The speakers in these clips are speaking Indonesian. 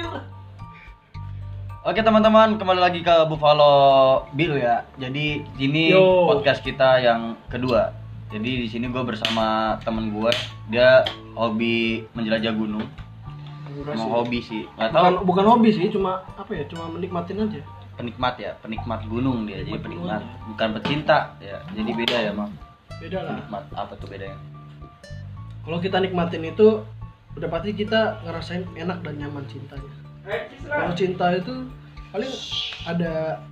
anjir. Oke teman-teman, kembali lagi ke Buffalo Bill ya. Jadi ini podcast kita yang kedua. Jadi di sini gue bersama temen gue, dia hobi menjelajah gunung. Emang hobi sih, nggak tahu. Bukan hobi sih, cuma apa ya? Cuma menikmatin aja. Penikmat ya, penikmat gunung dia. Jadi penikmat, bukan pecinta ya. Jadi beda ya Mang. Beda lah. Penikmat apa tuh bedanya? Kalau kita nikmatin itu, udah pasti kita ngerasain enak dan nyaman cintanya. Kalau cinta itu paling ada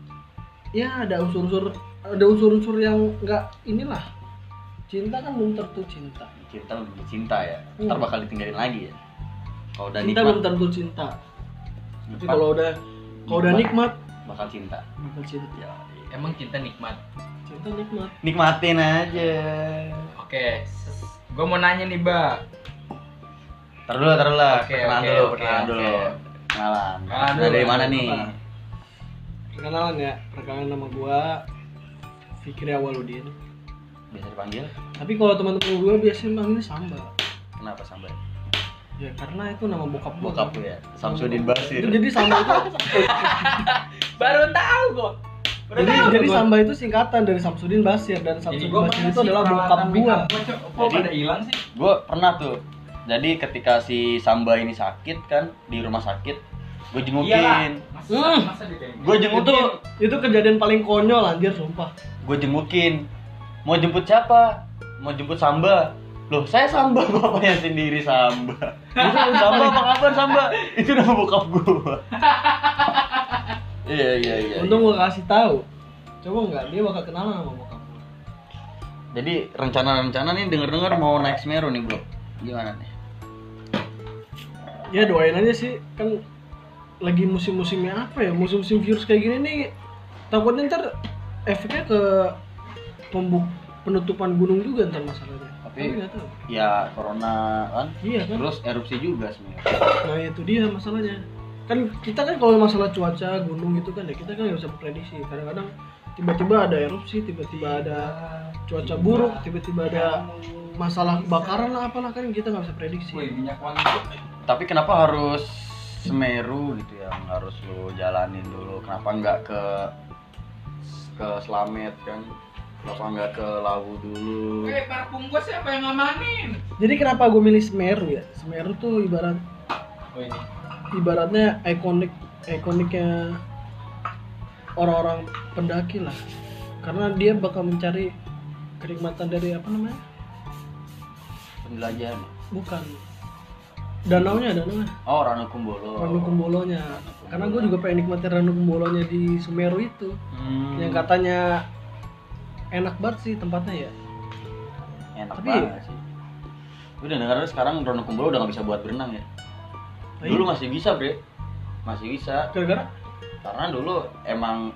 unsur-unsur yang nggak inilah. Cinta kan belum tentu cinta. Cinta lebih cinta ya. Ntar bakal ditinggalin lagi ya. Kalau udah cinta nikmat, belum tentu cinta. Tapi kalau udah nikmat bakal cinta. Bakal cinta. Ya, Emang cinta nikmat? Cinta nikmat. Nikmatin aja. Oke, gue mau nanya nih, Ba. Taruh dulu. Oke, Perkenalan dulu. Kenalan. Nah, dari mana nih? Perkenalan nama gua Fikri Awaludin. Biasa dipanggil? Tapi kalau teman-teman gua biasanya manggilnya Samba. Kenapa Samba? Ya karena itu nama bokap gua. Bokap lu ya? Samsudin Basir. Itu jadi Samba itu. Baru tahu gua. Jadi Samba itu singkatan dari Samsudin Basir, dan Samsudin Basir itu adalah bokap gua. Kok pada hilang sih? Gua pernah tuh. Jadi ketika si Samba ini sakit kan di rumah sakit, gue jengukin. Masa dia kayak Gue jengukin. Itu kejadian paling konyol anjir, sumpah. Gue jengukin. Mau jemput siapa? Mau jemput Samba. Loh, saya Samba, bapaknya sendiri Samba. Samba, apa kabar Samba? Itu nama bokap gue. Iya. Untung gua kasih tahu. Coba enggak, dia bakal kenalan sama bokap gua. Jadi rencana nih denger mau naik Semeru nih bro. Gimana nih? Ya doain aja sih, kan lagi musim-musimnya apa ya? Musim-musim virus kayak gini nih, takutnya ntar efeknya ke penutupan gunung juga ntar masalahnya. Tapi nggak tahu. Ya corona kan? Iya kan? Terus erupsi juga sebenarnya. Nah itu dia masalahnya. Kan kita kan kalau masalah cuaca gunung itu kan ya kita kan nggak bisa prediksi. Kadang-kadang tiba-tiba ada erupsi, tiba-tiba ada cuaca buruk, tiba-tiba ada masalah kebakaran lah apalah, kan kita nggak bisa prediksi. Wih, minyak wangi. Tapi kenapa harus Semeru gitu ya? Harus lo jalanin dulu. Kenapa nggak ke Slamet kan? Kenapa nggak ke Lawu dulu? Parfum gua siapa yang ngamanin? Jadi kenapa gue milih Semeru ya? Semeru tuh ibaratnya ikoniknya orang-orang pendaki lah. Karena dia bakal mencari kenikmatan dari apa namanya? Penjelajahan. Bukan. Danaunya. Oh, Ranukumbolo. Ranukumbolonya. Karena gue juga pengen nikmatin Ranukumbolonya di Semeru itu. Yang katanya enak banget sih tempatnya ya. Enak tapi banget sih. Gue udah denger sekarang Ranukumbolo udah gak bisa buat berenang ya. Dulu masih bisa bre. Masih bisa. Gara-gara? Karena dulu emang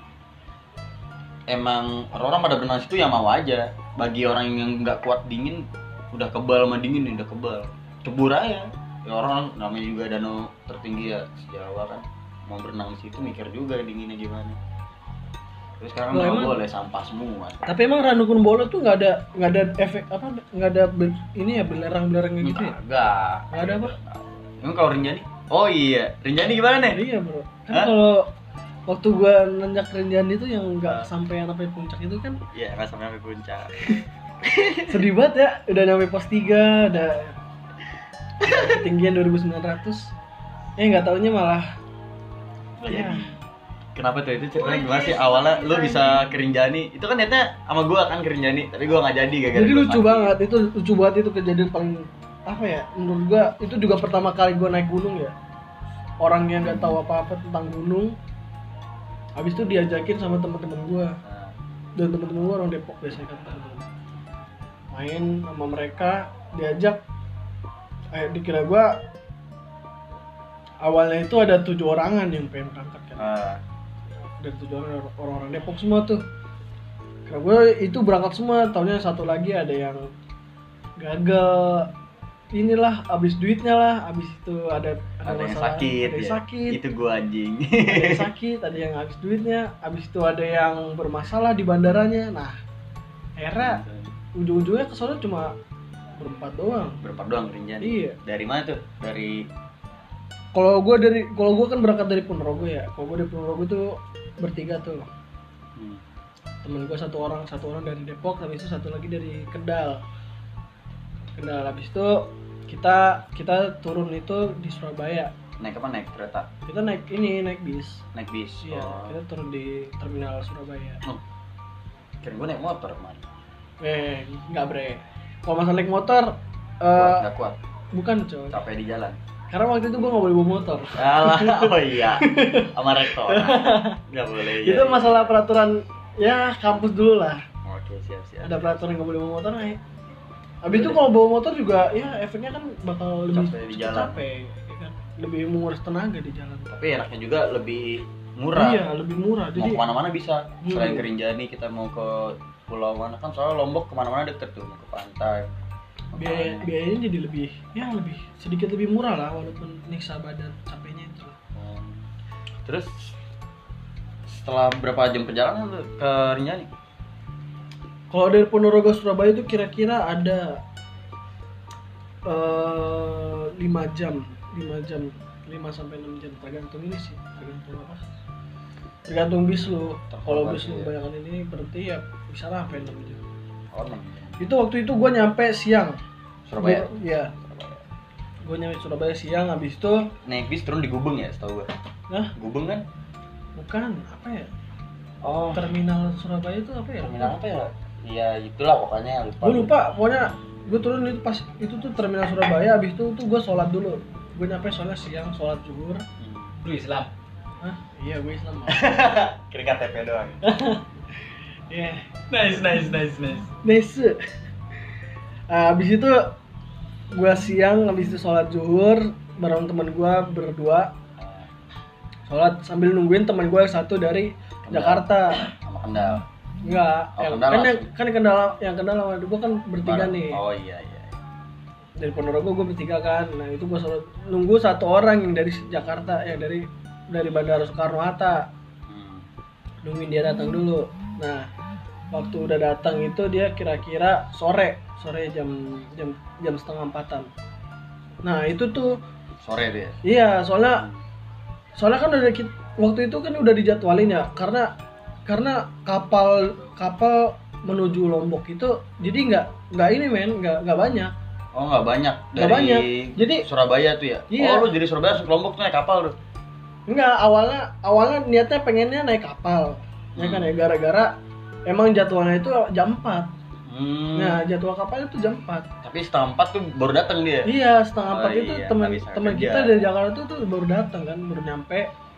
orang-orang pada berenang situ yang mau aja. Bagi orang yang nggak kuat dingin, udah kebal sama dingin nih, udah kebal. Cebur aja. Ya orang namanya juga danau tertinggi ya se-Jawa kan. Mau berenang di situ mikir juga dinginnya gimana. Terus sekarang nggak boleh, sampah semua. Tapi emang Ranukumbolo tuh nggak ada efek apa? Nggak ada belerang-belerangnya gitu ya? Nggak ada apa? Emang kalau Rinjani? Oh iya, Rinjani gimana nih? Iya bro. Kan kalau waktu gua nanjak Rinjani itu yang nggak sampai puncak itu kan? Iya, nggak sampai puncak. Sedih banget ya. Udah nyampe pos 3, udah ketinggian 2.900. Nggak taunya malah. Ya. Kenapa tuh itu ceritanya gimana sih awalnya lu bisa ke Rinjani? Itu kan niatnya sama gua kan ke Rinjani, tapi gua nggak jadi gara-gara. Jadi lucu banget itu kejadian paling apa ya? Menurut gua itu juga pertama kali gua naik gunung ya. Orang yang nggak tahu apa-apa tentang gunung, habis itu diajakin sama teman-teman gua. Dan teman-teman gua orang Depok biasanya kan teman-teman. Main sama mereka, diajak. Dikira gua awalnya itu ada 7 orangan yang pengen berangkat kan. Dan 7 orang Depok semua tuh. Karena gue itu berangkat semua, taunya satu lagi ada yang gagal inilah, habis duitnya lah, habis itu ada yang masalah, sakit, ada yang sakit. Itu gua anjing. Ada yang sakit, ada yang habis duitnya, habis itu ada yang bermasalah di bandaranya. Nah, akhirnya ujung-ujungnya kesono cuma berempat doang Rinjani. Iya. Dari mana tuh? Dari Kalau gue kan berangkat dari Ponorogo ya. Kalau gue dari Ponorogo tuh bertiga tuh. Temen gue satu orang dari Depok, habis itu satu lagi dari Kendal. Habis itu kita turun itu di Surabaya. Naik apa? Naik kereta? Kita naik bis. Naik bis? Iya, kita turun di terminal Surabaya. Kira gue naik motor kemarin. Enggak bre. Kalau masalah naik motor Nggak kuat? bukan coy. Capek di jalan? Karena waktu itu gue nggak boleh bawa motor. Alah, oh iya, sama rektor. Nggak boleh. Itu masalah peraturan ya kampus dulu lah. Oke, siap. Ada peraturan nggak boleh bawa motor nih. Habis itu kalau bawa motor juga ya efeknya kan bakal lebih Capek di jalan. ya kan? Lebih menguras tenaga di jalan. Tapi enaknya juga lebih murah. Iya, lebih murah. Mau Jadi kemana-mana bisa. Selain ke Rinjani, kita mau ke pulau mana kan? Soalnya Lombok kemana-mana deket tuh, mau ke pantai. biayanya jadi lebih sedikit lebih murah lah, walaupun nyiksa badan capeknya itu lah. Terus setelah berapa jam perjalanan lu ke Rinjani? Kalau dari Ponorogo Surabaya itu kira-kira ada 5 jam 5 sampai 6 jam, tergantung ini sih, tergantung bis lu. Kalau bis lu kebanyakan ini berarti ya bisa lah sampai 6 jam. Oh, 6 jam. Itu waktu itu gue nyampe siang Surabaya? Iya, gue nyampe Surabaya siang. Habis itu Naik bis turun di Gubeng ya, setahu gue. nah Gubeng kan? bukan apa ya, Oh, terminal Surabaya itu apa ya, terminal apa ya? Iya, itulah pokoknya gue lupa. Pokoknya gue turun itu pas itu tuh terminal Surabaya. Habis itu tuh gue sholat dulu. Gue nyampe soalnya siang, sholat zuhur. Lu Islam? Hah? Iya, gue Islam. Kira KTP doang. Iya. Nice. Nice. Habis itu gue siang, habis itu sholat zuhur bareng teman gue berdua. Sholat sambil nungguin teman gue yang satu dari Jakarta. Sama Kendal. Enggak, Kendal kan yang Kendal sama gue kan bertiga nih. Oh iya. Dari Ponorogo gue bertiga kan. Nah itu gue nunggu satu orang yang dari Jakarta, ya dari Bandara Soekarno Hatta. Nungguin dia datang dulu. Nah waktu udah datang itu dia kira-kira sore jam 3:30. Nah itu tuh Sore dia. iya, soalnya kan waktu itu kan udah dijadwalin ya, karena kapal menuju Lombok itu jadi nggak ini nggak banyak. Oh, nggak banyak. Nggak banyak. Jadi Surabaya tuh ya. Iya. Oh, lu dari Surabaya ke Lombok tuh naik kapal tuh. enggak, awalnya niatnya pengennya naik kapal. Ya kan ya, gara-gara emang jadwalnya itu jam 4. Nah, jadwal kapalnya itu jam 4. Tapi setengah 4 tuh baru datang dia. Iya, setengah 4 itu iya, teman nggak bisa kita kerja. dari Jakarta tuh baru datang kan, baru nyampe.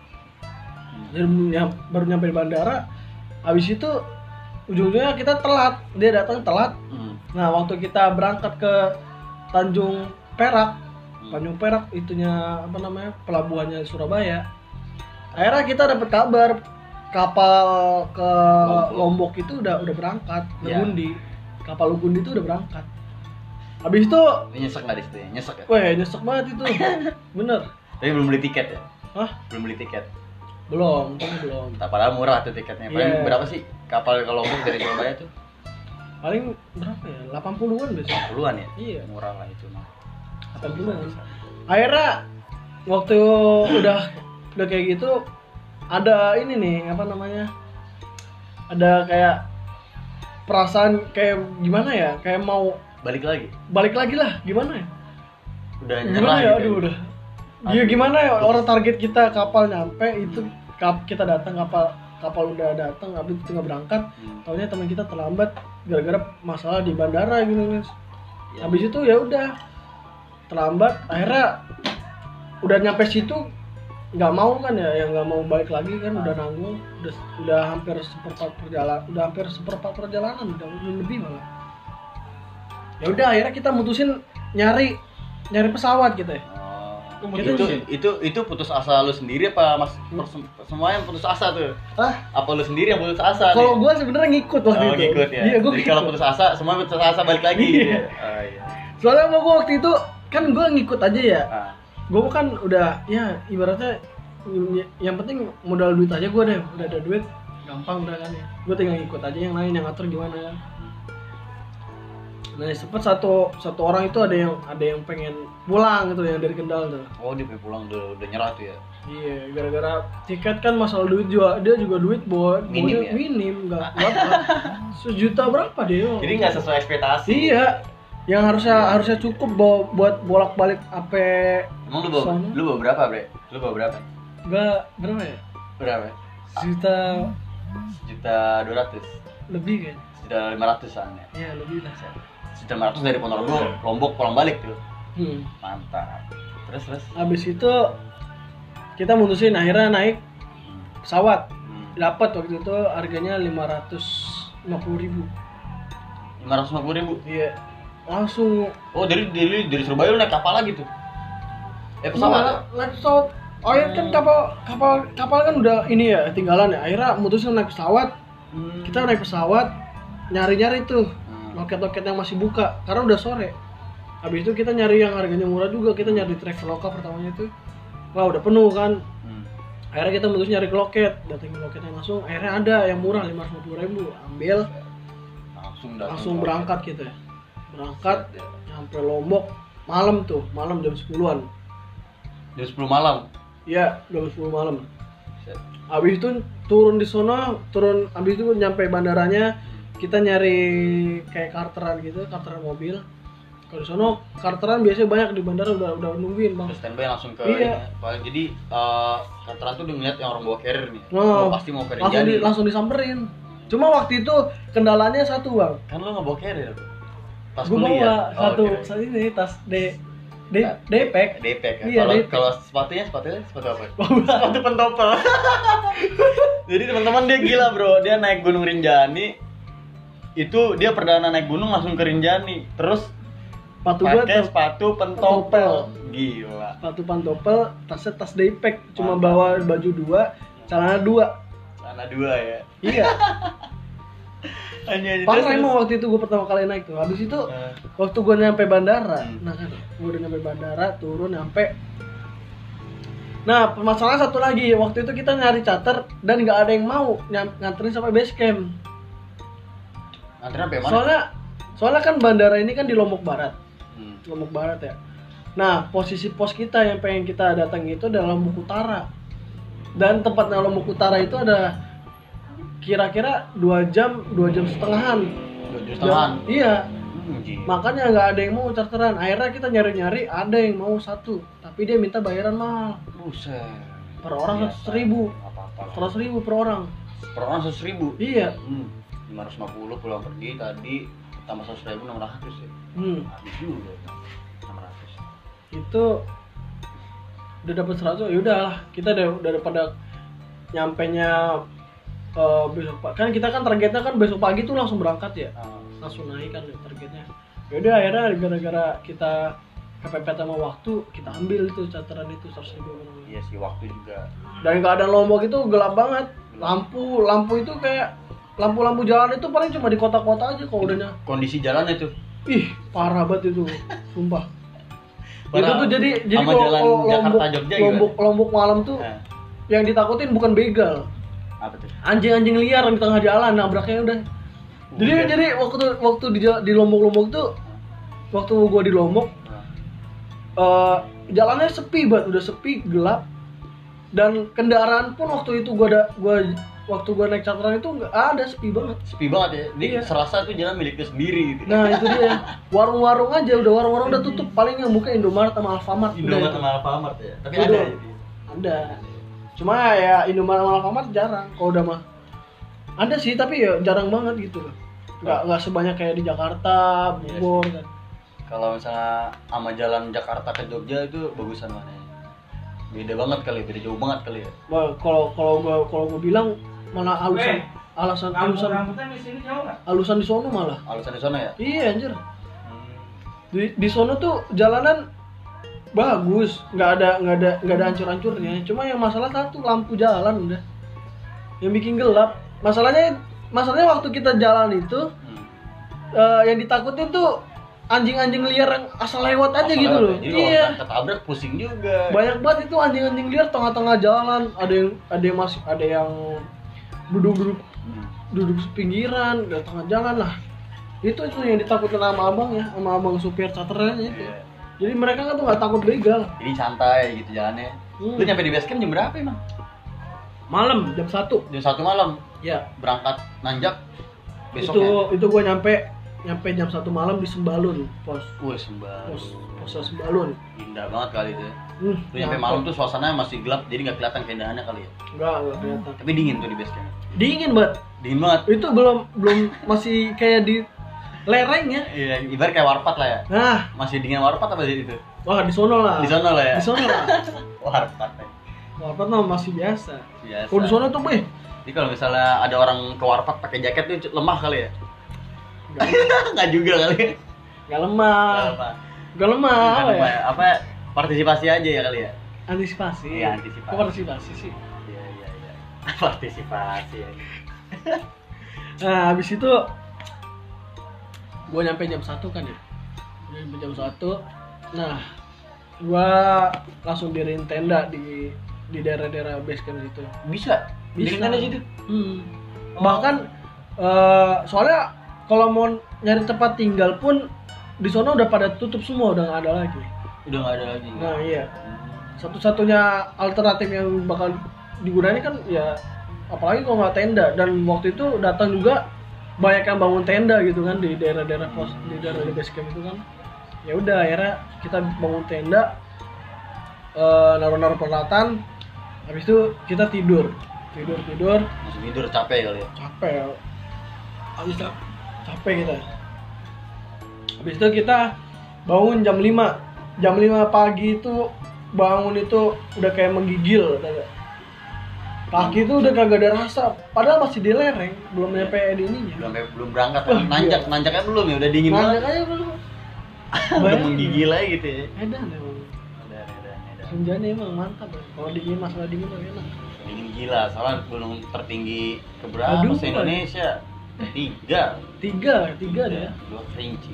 Baru nyampe di bandara. Habis itu ujung-ujungnya kita telat. Dia datang telat. Nah, waktu kita berangkat ke Tanjung Perak itunya apa namanya, pelabuhannya Surabaya. Akhirnya kita dapat kabar kapal ke Lombok itu udah berangkat, Lugundi. Kapal Lugundi itu udah berangkat. Habis itu Nyesek nggak di situ ya? Nyesek ya? weh, nyesek banget itu. Bener. Tapi belum beli tiket ya? Hah? Belum beli tiket. Belum, untungnya belum. Tak padahal murah tuh tiketnya. Paling Iya. berapa sih kapal ke Lombok dari Surabaya tuh? Paling berapa ya? 80-an biasanya. 10-an ya? Iya. Murah lah itu mah. 80-an. Akhirnya waktu udah kayak gitu ada ini nih, apa namanya? Ada kayak perasaan kayak gimana ya? Kayak mau Balik lagi lah, gimana ya? udah Gimana nyerah ya? gitu. Aduh, udah. Iya, gimana ya? Orang target kita kapal nyampe itu kita datang, kapal udah datang, habis itu nggak berangkat. Taunya teman kita terlambat gara-gara masalah di bandara gitu guys. Ya. Habis itu ya udah terlambat, akhirnya udah nyampe situ nggak mau kan ya, nggak mau balik lagi kan, udah nanggung, udah hampir seperempat perjalanan, udah lebih malah. Ya udah akhirnya kita mutusin nyari pesawat gitu ya. Itu putus asa lu sendiri apa Mas? Semuanya putus asa tuh. Apa lu sendiri yang putus asa? Kalau gue sebenarnya ngikut waktu itu. Ngikut ya. Iya, gue Jadi kalau putus asa, semua putus asa balik lagi. Iya. Oh iya. Soalnya mau gue waktu itu kan gue ngikut aja ya. Gue kan udah ya ibaratnya yang penting modal duit aja gue deh. Udah ada duit, gampang udah kan ya. Gue tinggal ngikut aja, yang lain yang ngatur gimana. Nah sempet satu orang itu ada yang pengen pulang gitu yang dari Kendal tuh. Oh dia pengen pulang udah nyerah tuh ya. Iya, gara-gara tiket kan masalah duit juga, dia juga duit Minim ya? minim, nggak berapa, 1 juta berapa dia? Jadi nggak sesuai ekspektasi. Iya, yang harusnya cukup buat bolak-balik apa? Emang lu bawa berapa, Bre? Lu bawa berapa? Nggak berapa ya? Berapa? 1.200.000 lebih kan? 1.500.000 soalnya. Iya lebih lah. 1.500 dari Ponorogo, Lombok pulang balik tuh. Mantap. Terus. Habis itu kita mutusin akhirnya naik pesawat. Dapat waktu itu harganya 550.000. 550.000. Iya. Langsung. Oh dari Surabaya lu naik kapal lagi tuh? Pesawat? Iya, naik pesawat. Oh ya kan kapal kan udah ini ya tinggalan ya. Akhirnya mutusin naik pesawat. Kita naik pesawat nyari tuh loket-loket yang masih buka karena udah sore. Habis itu kita nyari yang harganya murah juga. Kita nyari Traveloka pertamanya tuh. Wah udah penuh kan. Akhirnya kita mutusin nyari ke loket. Datengin loketnya langsung. Akhirnya ada yang murah 550.000. Ambil. Langsung berangkat kita. Berangkat sampai Lombok malam jam 10-an. Jam 10 malam. Iya, jam 10 malam. Habis itu turun di sono, habis itu nyampe bandaranya kita nyari kayak charteran gitu, charteran mobil. Kalau di sono charteran biasanya banyak di bandara udah nungguin, Bang. Terus standby langsung ke iya. Ini. Jadi charteran tuh udah ngeliat yang orang bawa carrier nih. Oh, pasti mau ke Rinjani. Langsung disamperin. Cuma waktu itu kendalanya satu, Bang. Kan lu enggak bawa carrier. Tas gua kuliah. Bawa saat ini tas D-pack. D-pack ya. Iya, Kalau sepatu apa? Sepatu pentopel. Jadi teman-teman dia gila, Bro. Dia naik Gunung Rinjani. Itu dia perdana naik gunung langsung ke Rinjani. Terus pakai sepatu pentopel. Gila. Sepatu pentopel, tasnya tas D-pack. Cuma bawa baju 2, celana 2. Celana 2 ya. Iya. Hanya parah emang waktu itu gue pertama kali naik tuh. Habis itu waktu gue nyampe bandara, nah kan gue udah nyampe bandara, turun nyampe. Nah permasalahan satu lagi, waktu itu kita nyari charter dan nggak ada yang mau nganterin sampai base camp. Nganterin sampai mana? Soalnya kan bandara ini kan di Lombok Barat, Lombok Barat ya. Nah posisi pos kita yang pengen kita datang itu adalah Lombok Utara. Dan tempatnya Lombok Utara itu ada kira-kira 2 jam setengahan. 2 jam setengahan? Iya. Makanya nggak ada yang mau charteran. Akhirnya kita nyari-nyari, ada yang mau 1, tapi dia minta bayaran mahal. Buset. Per orang 100.000. 100.000 per orang. Per orang 100.000? Iya. 550 pulang pergi tadi tambah 100.000 600 ya. Habis juga 600. Itu udah dapat 100, ya udahlah. Kita udah pada nyampenya besok kan kita kan targetnya kan besok pagi tuh langsung berangkat ya. Langsung naik kan targetnya. Ya udah akhirnya gara-gara kita kepepet sama waktu, kita ambil itu charteran itu 100.000. Iya sih, waktu juga. Dan keadaan Lombok itu gelap banget. Lampu itu kayak lampu-lampu jalan itu paling cuma di kota-kota aja kalau udahnya. Kondisi jalannya tuh. Ih, parah banget itu. Sumpah. Parah. Itu tuh jadi kalau Lombok malam tuh yang ditakutin bukan begal. Apa tuh? Anjing-anjing liar di tengah jalan nabraknya udah. Jadi waktu di Lombok tuh, waktu gua di Lombok, jalannya sepi banget, udah sepi, gelap. Dan kendaraan pun waktu itu waktu gua naik charteran itu nggak ada, sepi banget. Sepi banget ya. Dia serasa tuh jalan miliknya sendiri gitu. Nah, itu dia. Warung-warung udah tutup, paling yang buka Indomaret sama Alfamart. Indomaret sama Alfamart ya. Tapi ada. Ada. Cuma ya Indomaret sama Alfamart jarang. Kalau udah mah ada sih, tapi ya jarang banget gitu loh. Nggak sebanyak kayak di Jakarta, Bogor kan. Kalau misalnya sama jalan Jakarta ke Jogja itu bagusan mana ya? Beda banget kali, beda jauh banget kali ya. Kalau gua bilang malah alusan di sono malah. Alusan di sono ya? Iya anjir. Di sono tuh jalanan bagus, nggak ada hancur-hancurnya. Cuma yang masalah satu, lampu jalan udah yang bikin gelap. Masalahnya waktu kita jalan itu yang ditakutin tuh anjing-anjing liar yang asal lewat aja gitu loh. Iya. Ketabrak pusing juga. Banyak banget itu anjing-anjing liar tengah-tengah jalan. Ada yang duduk sepinggiran, di tengah jalan lah. Itu yang ditakutin sama abang ya, sama abang supir charternya itu. Iya. Jadi mereka kan tuh nggak takut begal. Jadi santai gitu jalannya. Lu nyampe di base camp jam berapa emang? Malam jam 1. Jam 1 malam. Ya. Berangkat nanjak besoknya. Itu gua nyampe jam 1 malam di Sembalun, pos Sembalun. Indah banget kali itu. Lu nyampe malam tuh suasananya masih gelap, jadi nggak kelihatan keindahannya kali ya. Enggak kelihatan. Tapi dingin tuh di base camp. Dingin banget. Dingin banget. Itu belum masih kayak di lereng ya. Iya, ibarat kayak warpat lah ya. Nah, Masih dingin warpat apa sih itu? wah di sono lah. Di sana lah ya. Di sono lah. Warpat. Ya. Warpat mah masih biasa. Biasa. Kalau di sono tuh, beh. Jadi kalau misalnya ada orang ke warpat pakai jaket tuh lemah kali ya? Enggak Nggak juga kali ya? lemah. Enggak lemah. Bukan Apa lemah ya? ya? Apa partisipasi aja ya kali ya? Antisipasi. Iya, antisipasi. Kok partisipasi sih? Iya. Partisipasi ya. Nah, habis itu gua nyampe jam 1 kan ya. Nyampe jam 1. Nah, gua langsung diriin tenda di daerah-daerah base camp situ. Bisa? Bikin tenda situ? Bahkan soalnya kalau mau nyari tempat tinggal pun di sana udah pada tutup semua, udah nggak ada lagi. Udah nggak ada lagi. Nah iya, satu-satunya alternatif yang bakal digunakan kan ya, apalagi kalau nggak tenda. Dan waktu itu datang juga banyak yang bangun tenda gitu kan di daerah-daerah pos, di daerah base camp itu kan. Ya udah akhirnya kita bangun tenda, naruh-naruh peralatan, habis itu kita tidur. Masih tidur capek kali ya? Capek, habis capek kita. Habis itu kita bangun jam 5 pagi itu bangun itu udah kayak menggigil, kaki itu udah kagak ada rasa, padahal masih di lereng, belum nyampe di ininya. Belum berangkat. Nanjaknya belum ya, udah dingin banget. Nanjak aja belum. Udah menggigil aja gitu ya. Edan emang. Edan. Senjanya emang mantap ya. Kalau dingin, masalah dingin tuh enak. Dingin gila, soalnya gunung tertinggi keberapa Aduh, se-Indonesia? 3 Tiga deh. 2 Kerinci.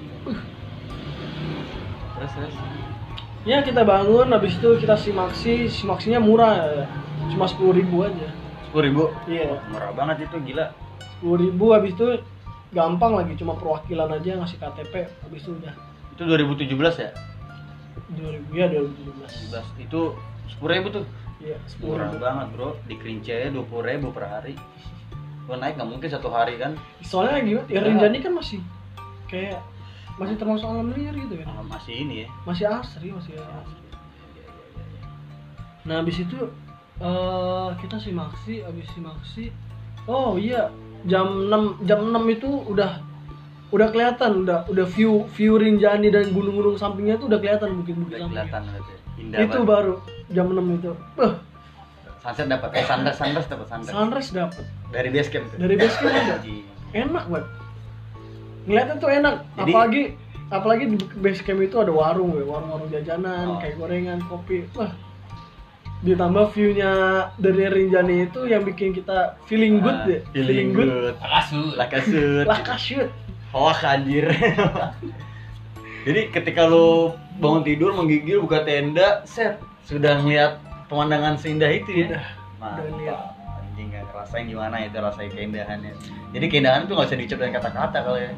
Terus Ya kita bangun, habis itu kita simaksinya murah ya. Cuma 10.000 aja. 10.000? Iya. Murah banget itu, gila. 10.000, habis itu gampang lagi, cuma perwakilan aja ngasih KTP, habis itu udah. Itu 2017 ya? 2000 ya 2017. 17 itu 10.000 tuh. Iya, Murah 10.000. banget bro, di Kerinci aja 20.000 per hari. Lo naik nggak mungkin satu hari kan? Soalnya gimana? Ya Tiga. Rinjani kan masih kayak masih termasuk alam liar gitu kan. Masih ini ya. Masih asri. Nah, habis itu kita simaksi, habis simaksi. Oh iya, jam 6 itu udah kelihatan, udah view Rinjani dan gunung-gunung sampingnya tuh udah kelihatan, bukit-bukit Udah sampingnya. kelihatan gitu. Indah Itu banget. baru jam 6 itu. Sunset dapat, sunrise dapat sunset. Sunrise dapet. Dari base camp tuh. Dari base camp ada. Anjing. Enak banget. Ngeliatnya tuh enak. Jadi- Apalagi di base camp itu ada warung jajanan, Oh. kayak gorengan, kopi. Wah. Ditambah view-nya dari Rinjani itu yang bikin kita feeling good deh. Feeling good. Lakasut. Lakasut. Hoak anjir. Jadi ketika lo bangun tidur menggigil buka tenda, set sudah ngeliat pemandangan seindah itu ya. Udah lihat. Anjing nggak ngerasain gimana itu rasanya keindahannya. Jadi keindahan itu nggak bisa diucap dengan kata-kata kalau ya.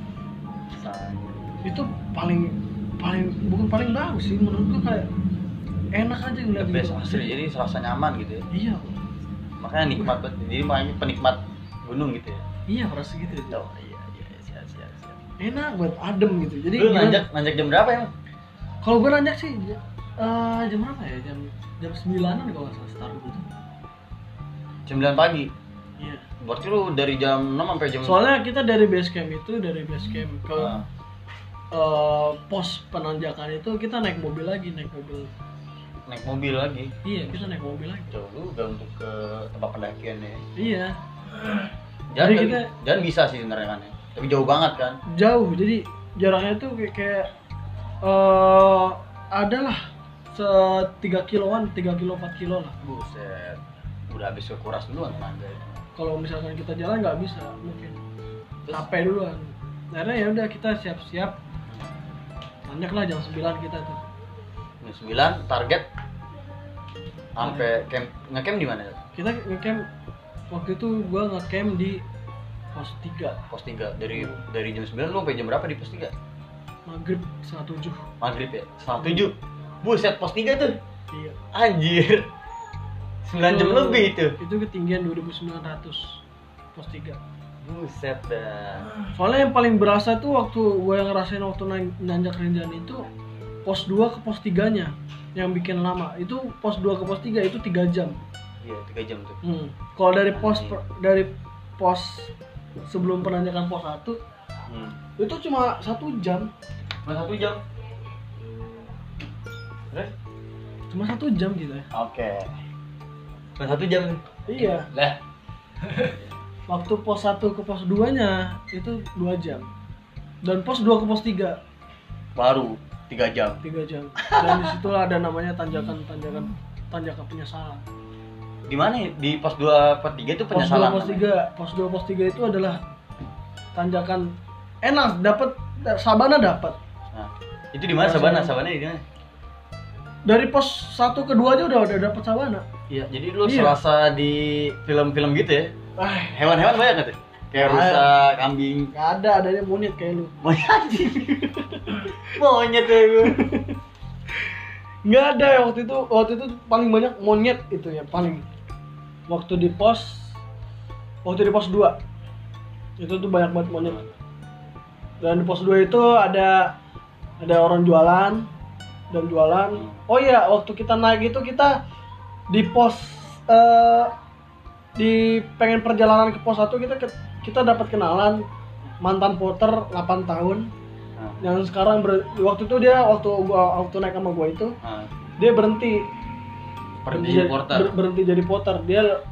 Itu bukan paling bagus sih menurut gua, kayak enak aja ngeliat The best gitu. asli, jadi serasa nyaman gitu ya. Iya. Makanya nikmat banget. Jadi makanya penikmat gunung gitu ya. Iya, merasa gitu. Oh iya siap. Enak banget, adem gitu. Jadi Lu gimana- nanjak jam berapa ya? Kalau gue nanjak sih jam berapa ya? Jam 9-an kalau nggak salah start gitu. Jam 9 pagi. Iya. Berarti lu dari jam 6 sampai jam Soalnya kita dari base camp ke Ah. pos penanjakan itu kita naik mobil lagi. naik mobil lagi. Iya, kita naik mobil lagi. Jauh juga untuk ke tempat pendakian ya. Iya. Jalan, Jadi kita- jalan bisa sih sebenarnya kan ya. Tapi jauh banget kan. Jauh, jadi jaraknya tuh kayak adalah 3 kiloan, 3 kilo 4 kilo lah. Buset. Udah habis kekuras duluan tenaga itu. Kalau misalkan kita jalan nggak bisa mungkin. Capek duluan. Akhirnya ya udah kita siap-siap. Nanjak lah jam 9 kita tuh. Jam 9 target sampai camp. Nge-camp di mana ya? Kita ngecamp waktu itu gua ngecamp di pos 3 Pos 3 dari jam 9 lu sampai jam berapa di pos 3? maghrib setengah 7. Maghrib ya? Setengah 7. Buset, pos 3 tuh. Iya. Anjir. 9 jam lebih itu. Itu ketinggian 2.900 pos 3. Buset dah. Soalnya yang paling berasa tuh waktu gue yang ngerasain waktu nanjak Rinjani itu pos 2 ke pos 3-nya yang bikin lama. Itu pos 2 ke pos 3 itu 3 jam. Iya, 3 jam tuh. Kalau dari pos sebelum penanjakan pos 1 itu cuma 1 jam. Cuma 1 jam. Terus? Cuma 1 jam gitu ya. Oke. Cuma 1 jam. Iya. Lah. Waktu pos 1 ke pos 2-nya itu 2 jam. Dan pos 2 ke pos 3 Baru 3 jam. 3 jam. Dan disitulah ada namanya tanjakan penyesalan. Di mana ya? Di pos 2 pos 3 itu penyesalan. Pos 2 pos 3 itu adalah tanjakan enak, dapat Sabana dapat. Nah, itu di mana Sabana? Sabana di mana? Dari pos 1 ke 2 aja udah dapat Sabana. Iya, jadi lu Iya. serasa di film-film gitu ya. Hewan-hewan banyak nggak tuh? Kayak rusa, kambing. Gak ada, adanya monyet kayak lu. Monyet anjing. Monyet ya gue. Nggak ada ya waktu itu paling banyak monyet itu ya paling. Waktu di pos 2 itu tuh banyak banget monyet. Dan di pos 2 itu ada orang jualan. Oh iya, waktu kita naik itu kita di pos di pengen perjalanan ke pos 1 kita dapat kenalan mantan porter 8 tahun. Yang sekarang waktu itu dia waktu naik sama gua itu dia berhenti jadi porter. Dia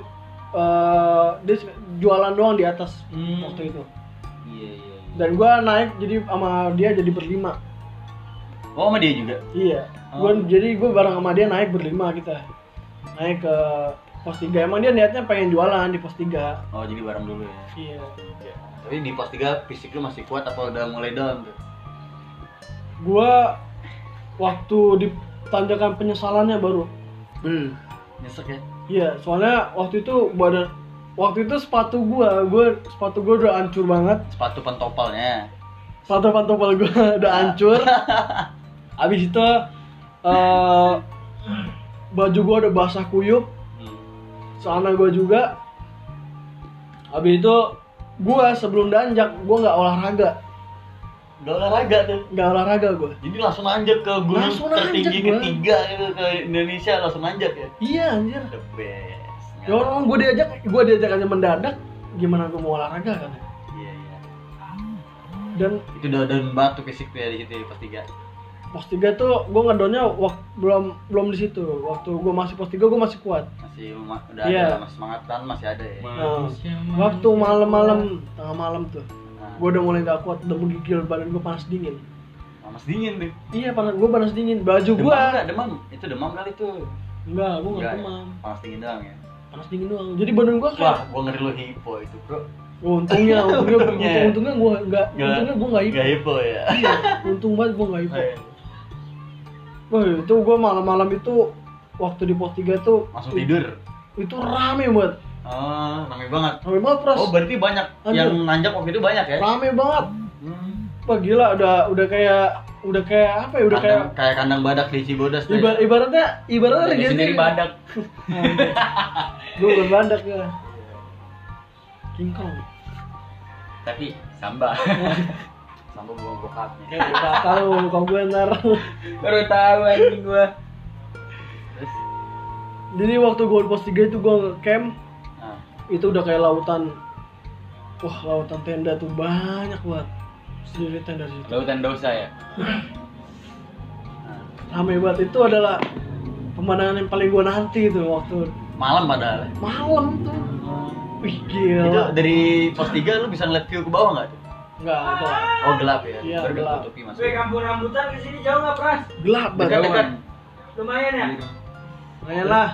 jualan doang di atas waktu itu. Iya. Dan gua naik jadi sama dia jadi berlima. Oh, sama dia juga? Iya. Jadi gua bareng sama dia naik berlima kita. Naik ke pos 3. Emang dia niatnya pengen jualan di pos 3. Oh, jadi bareng dulu ya. Iya. Tapi di pos 3 fisik lu masih kuat apa udah mulai down tuh? Gua waktu di tanjakan penyesalannya baru. Nyesek ya? Iya, soalnya waktu itu sepatu gua udah hancur banget. Sepatu pentopelnya. Sepatu pantopel gua udah hancur. Habis itu baju gua udah basah kuyup. Celana gua juga. Habis itu gua sebelum nanjak gua nggak olahraga. Nggak olahraga gua. Jadi langsung nanjak ke gunung Langsung tertinggi nanjak gua. ketiga gitu ke Indonesia, langsung nanjak ya? Iya anjir. The best. Ya orang gua diajak aja mendadak, gimana gua mau olahraga kan? Iya. Dan Itu udah down banget tuh fisik tuh ya di situ ya, pos 3. pos 3 tuh gua ngedonnya belum di situ. Waktu gua masih pos 3 gua masih kuat. Masih udah Iya. ada, masih semangat kan, masih ada ya. Nah, waktu malam-malam, tengah malam tuh, Nah, gua udah mulai gak kuat, udah menggigil, badan gua panas dingin. panas dingin tuh. Iya, gua panas dingin. Baju Demam gua nggak? Demam? Itu demam kali tuh. enggak, gua Enggak enggak ya? demam. Panas dingin doang ya. Panas dingin doang. Jadi badan gua Wah, kayak gua ngeri lu hipo itu, bro. untungnya Untungnya. gua enggak hipo. Nggak hipo ya. Iya, untung banget gua enggak hipo. Iya. Wah, itu gua malam-malam itu waktu di pos 3 tuh Langsung tidur. itu rame banget. Oh, rame banget. Rame banget, Pras. Oh, berarti banyak Anjir. yang nanjak waktu itu banyak ya? Rame banget. Wah, gila, udah kayak apa ya? Udah kayak kandang badak di Cibodas tuh. ibaratnya Di gitu. sendiri badak. Gue bukan badak ya. King Kong. Tapi samba. Sampai gua bokapnya. Kayak gak tahu kalau gue ntar. Baru tahu anjing gua. Terus Jadi waktu gue di pos 3 itu gue nge-camp, nah, itu udah kayak lautan. Wah, lautan tenda tuh banyak banget. Sendiri tenda di situ. Lautan dosa ya. Rame banget. Itu adalah pemandangan yang paling gue nanti tuh waktu malam padahal. malam tuh. Wih, Itu gila. dari pos 3 lu bisa ngeliat view ke bawah nggak tuh? Enggak, itu Oh, gelap ya. Iya, Baru gelap. ditutupi mas. Kampung rambutan ke sini jauh nggak, Pras? gelap banget. Dekat-dekat. Lumayan ya? Lumayan lah.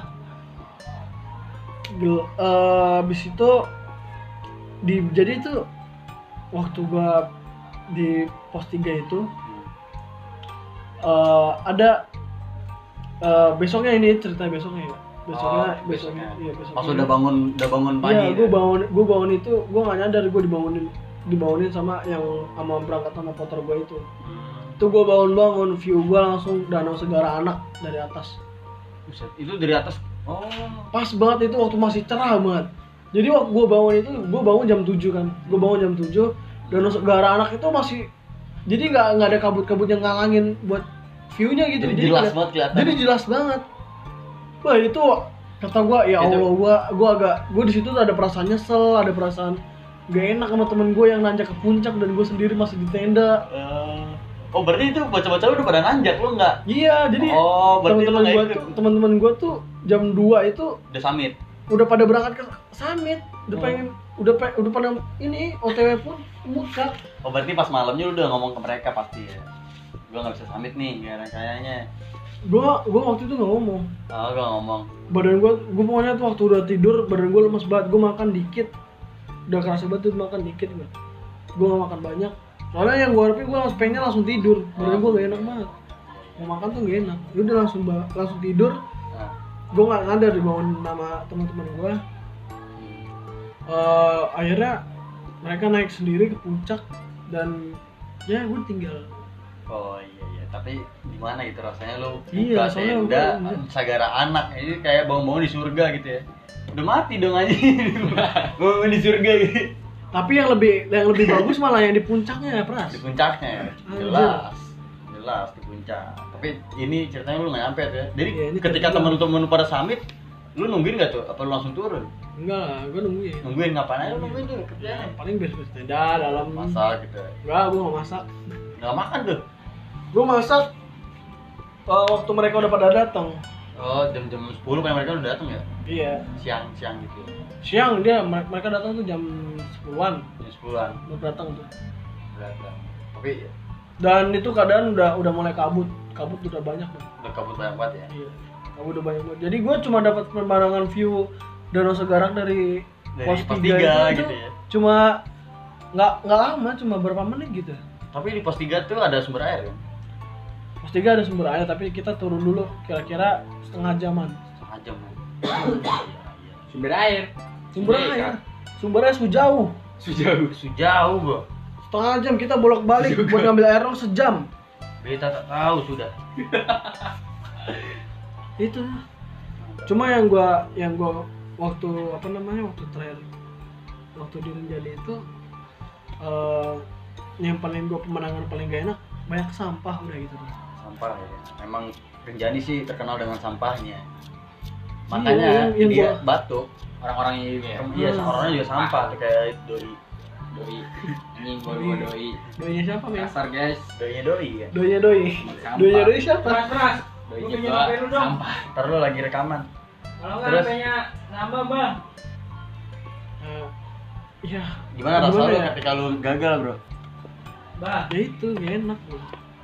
Abis itu jadi itu waktu gua di pos 3 itu ada besoknya ini cerita besoknya ya. besoknya iya besoknya. Pas udah bangun pagi. Iya, gue bangun itu gue nggak nyadar gue dibangunin sama berangkat sama motor gue itu. Itu gue bangun view gue langsung Danau Segara Anak dari atas. Buset, itu dari atas. Oh. Pas banget itu waktu masih cerah banget. Jadi waktu gue bangun jam 7 kan. Gue bangun jam 7, Danau Segara Anak itu masih, jadi nggak ada kabut-kabut yang ngalangin buat view-nya gitu. Jadi jelas banget kelihatan. Jadi jelas banget. Wah itu kata gue ya Allah, gue di situ tuh ada perasaan nyesel, ada perasaan gak enak sama temen gue yang nanjak ke puncak dan gue sendiri masih di tenda. Oh berarti itu bocah-bocah lu udah pada nanjak, lu nggak? Iya, jadi teman-teman gue tuh jam 2 itu udah summit. Udah pada berangkat ke summit, udah pada ini OTW pun muka. Oh berarti pas malamnya lu udah ngomong ke mereka pasti ya. Gua nggak bisa summit nih kayaknya. Gua waktu itu nggak ngomong. Oh gua ngomong. Badan gua pokoknya tuh waktu udah tidur badan gua lemas banget. Gua makan dikit, udah kerasa banget tuh makan dikit gua. Gua nggak makan banyak. Soalnya yang gua harapin gua pengennya langsung tidur. Badan gua gak enak banget. Mau makan tuh gak enak. Ya udah langsung tidur. Gue nggak sadar dibangun sama teman-teman gue. Akhirnya mereka naik sendiri ke puncak dan ya gue tinggal. Oh iya, tapi gimana gitu rasanya lo iya, buka tenda Sagara Anak, ini kayak bangun-bangun di surga gitu ya. Udah mati dong aja. Bangun di surga gitu. Tapi yang lebih bagus malah yang di puncaknya ya, Pras. Di puncaknya, jelas di puncak. Tapi ini ceritanya lu nggak nyampe tuh ya. Jadi ya, ketika temen-temen lu pada summit, lu nungguin nggak tuh? Apa lu langsung turun? Enggak lah, gue nungguin. Nungguin ngapain aja lu nungguin tuh? Ya, paling beres-beres tenda dalam. Masak gitu. Enggak, gue nggak masak. Nggak makan tuh? Gue masak waktu mereka udah pada datang. Oh, jam 10 kan mereka udah datang ya? Iya. Siang gitu. Siang mereka datang tuh jam 10-an. Jam 10-an. Udah datang tuh. Tapi dan itu keadaan udah mulai kabut udah banyak banget. Udah kabut banyak banget ya? Iya, kabut udah banyak banget. Jadi gue cuma dapat pemandangan view Danau Segarang dari pos 3 itu gitu ya? Cuma nggak lama, cuma berapa menit gitu. Tapi di pos 3 tuh ada sumber air kan? Pos 3 ada sumber air, tapi kita turun dulu kira-kira setengah jaman. Setengah jam kan? Sumber air sejauh bro. Setengah jam kita bolak-balik buat ngambil air dong sejam. Beta tak tahu sudah. Itu. Cuma yang gua waktu terakhir waktu di Rinjani itu yang paling gua pemandangan paling gak enak banyak sampah udah gitu. Sampah ya. Memang Rinjani sih terkenal dengan sampahnya. Makanya yang dia batuk. Orang-orang orang-orangnya juga sampah tuh kayak doi. Anjing gua doi. Doinya siapa, Men? Kasar, guys. Doinya doi ya. Doinya doi siapa? Pras. Doinya gua sampah. Ntar lu lagi rekaman. Kalau nggak HP-nya nambah, Bang. Iya. Gimana rasa lu ketika lu gagal, Bro? Bah. Ya itu gak enak loh.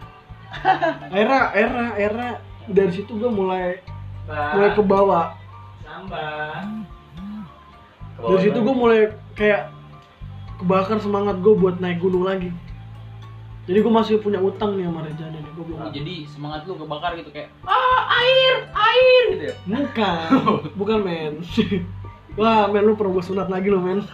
Akhirnya dari situ gua mulai ke bawah. Nambah. Dari situ gua mulai kayak kebakar semangat gue buat naik gunung lagi. Jadi gue masih punya utang nih sama Rejane nih, gue belum. Jadi semangat lu kebakar gitu kayak air gitu ya? Bukan men. Wah men, lu perlu gue sunat lagi lo men.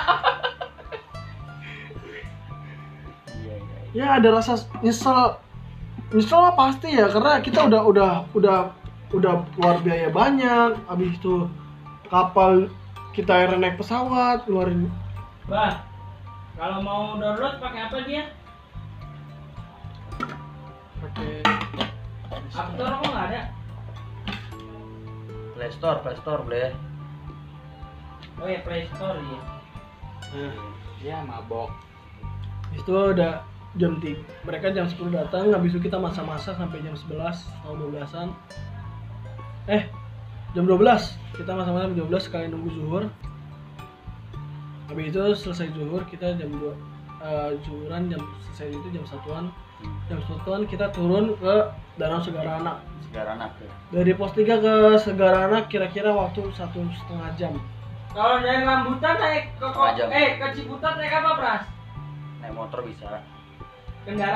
Ya ada rasa nyesel lah pasti ya, karena kita udah keluar biaya banyak. Abis itu kapal kita akhirnya naik pesawat keluarin. Bah, kalau mau download pakai apa dia? Pakai App Store kok nggak ada? Play Store, Ble. Oh ya, Play Store ya. Ya mabok. Itu udah jam 3. Mereka jam 10 datang, habis itu kita masa-masa sampai jam 11 atau 12-an. Jam 12. Kita masa-masa jam 12 sekali nunggu zuhur. Habis itu selesai zuhur kita jam 2 zuhuran, jam selesai itu jam 1-an. Jam 1-an kita turun ke Danau Segara Anak. Ya. Dari pos 3 ke Segara Anak kira-kira waktu 1,5 jam. Kalau dari Rambutan naik ke Ciputat naik apa, Pras? Naik motor bisa.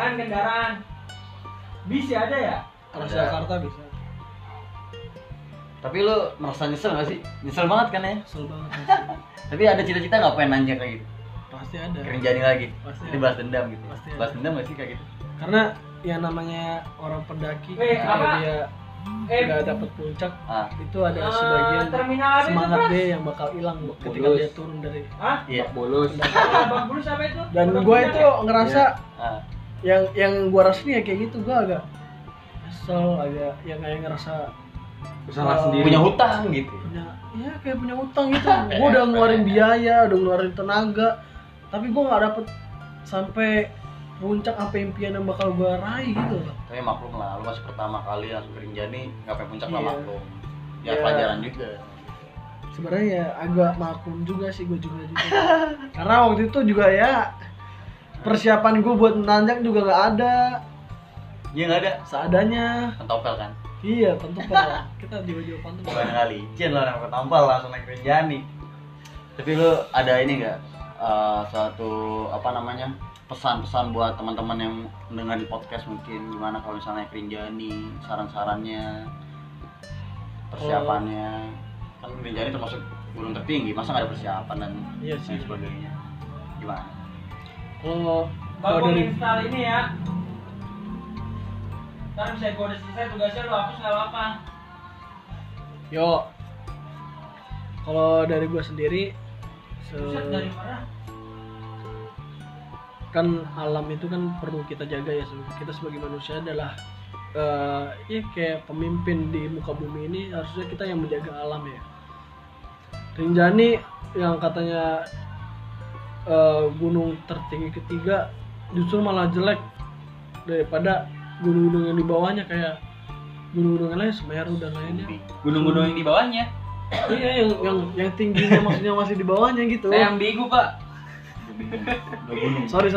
Kendaraan. Bisa ada ya? Transjakarta bisa. Tapi lu merasa nyesel gak sih? Nyesel banget kan ya? Kesel banget asli. Tapi ada cita-cita gak pengen nanjak kayak gitu? Pasti ada. Rinjani lagi? Pasti Jadi ada. balas dendam gitu? Pasti ada. Balas dendam gak sih kayak gitu? Karena yang namanya orang pendaki ketika apa? dia nggak dapat puncak Ah, itu ada sebagian terminal apa itu, semangat Pras? dia yang bakal hilang ketika Bulus. dia turun dari Hah? iya. Bolus. Bang Bulus apa itu? dan Bang gue Bulus itu apa? ngerasa Ah, yang gue rasain ya kayak gitu, gue agak kesel, agak yang kayak ngerasa Usaha Oh. sendiri. punya hutang gitu. punya ya kayak punya utang gitu. Gue udah ngeluarin biaya, udah ngeluarin tenaga, tapi gue nggak dapet sampai puncak apa impian yang bakal gue raih gitu loh. Tapi maklum lah, lu masih pertama kali langsung ke Rinjani, nggak pengen puncak lah Iya. maklum. Ya Iya. pelajaran juga. Sebenarnya ya agak maklum juga sih gue juga karena waktu itu juga ya persiapan gue buat nanjak juga nggak ada, Iya nggak ada. seadanya. Pentopel kan? Iya tentu pak, kita jiwa-jiwa pantun. Bukan kali, Cien lah yang ketampal langsung naik Rinjani. Tapi lu ada ini nggak? Suatu apa namanya? Pesan-pesan buat teman-teman yang mendengar di podcast mungkin gimana kalau misalnya naik Rinjani, saran-sarannya, persiapannya. Kan Rinjani termasuk gunung tertinggi, masa nggak ada persiapan dan Iya sih. lain sebagainya. Gimana? Kalau Bang dari install ini ya. Ntar bisa gue udah selesai tugasnya lu hapus nggak apa-apa. yo kalau dari gue sendiri Buset dari mana? kan alam itu kan perlu kita jaga ya. Kita sebagai manusia adalah ya kayak pemimpin di muka bumi ini, harusnya kita yang menjaga alam ya. Rinjani yang katanya gunung tertinggi ketiga justru malah jelek daripada gunung-gunung yang di bawahnya, kayak gunung-gunung yang lain, Semeru dan lainnya. Gunung-gunung yang di bawahnya. Iya yang tingginya maksudnya masih di bawahnya gitu. Saya yang bego, Pak. Udah gunung. Sorry.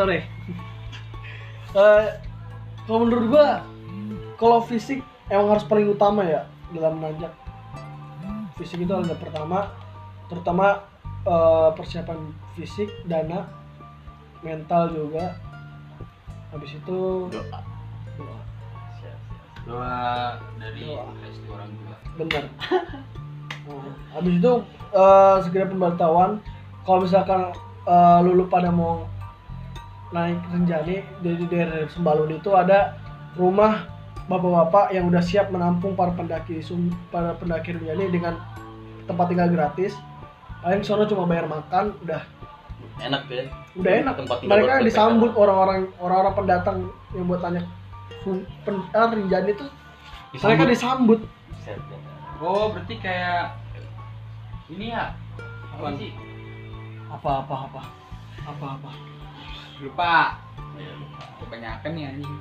Kalau menurut gua, kalau fisik emang harus paling utama ya dalam menanjak. Fisik itu adalah pertama, terutama persiapan fisik, dana, mental juga. Habis itu Doa. doa. Doa dari Doa. restu orang tua. Bener. Habis itu segera pemberitahuan kalau misalkan lu pada mau naik Rinjani, di daerah Sembalun itu ada rumah bapak-bapak yang udah siap menampung para pendaki Rinjani dengan tempat tinggal gratis. Paling sono cuma bayar makan, udah Enak tuh ya. enak. Tempat tinggal Mereka buat disambut orang-orang pendatang yang buat tanya Rinjani itu, mereka disambut. Set, ya. Oh, berarti kayak ini ya. Apa sih? Apa Lupa. Kebanyakan nih anjing.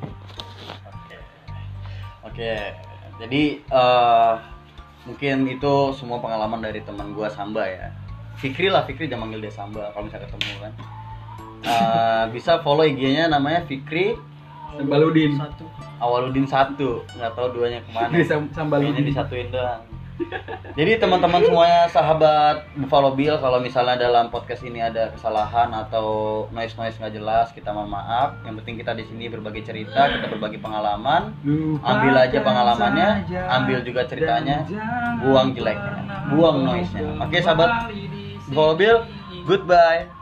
Oke. Jadi mungkin itu semua pengalaman dari teman gua Samba ya. Fikri jangan manggil dia Samba kalau misalnya ketemu kan. Bisa follow IG-nya namanya Fikri Sambaludin. Satu. Awaludin 1. Nggak tahu duanya kemana. Fikri Sambaludin. Kayaknya disatuin doang. Jadi teman-teman semuanya, sahabat Buffalo Bill, kalau misalnya dalam podcast ini ada kesalahan atau noise nggak jelas, kita mohon maaf. Yang penting kita di sini berbagi cerita, kita berbagi pengalaman. Ambil aja pengalamannya, ambil juga ceritanya, buang jeleknya, buang noise-nya. Oke sahabat Buffalo Bill, goodbye.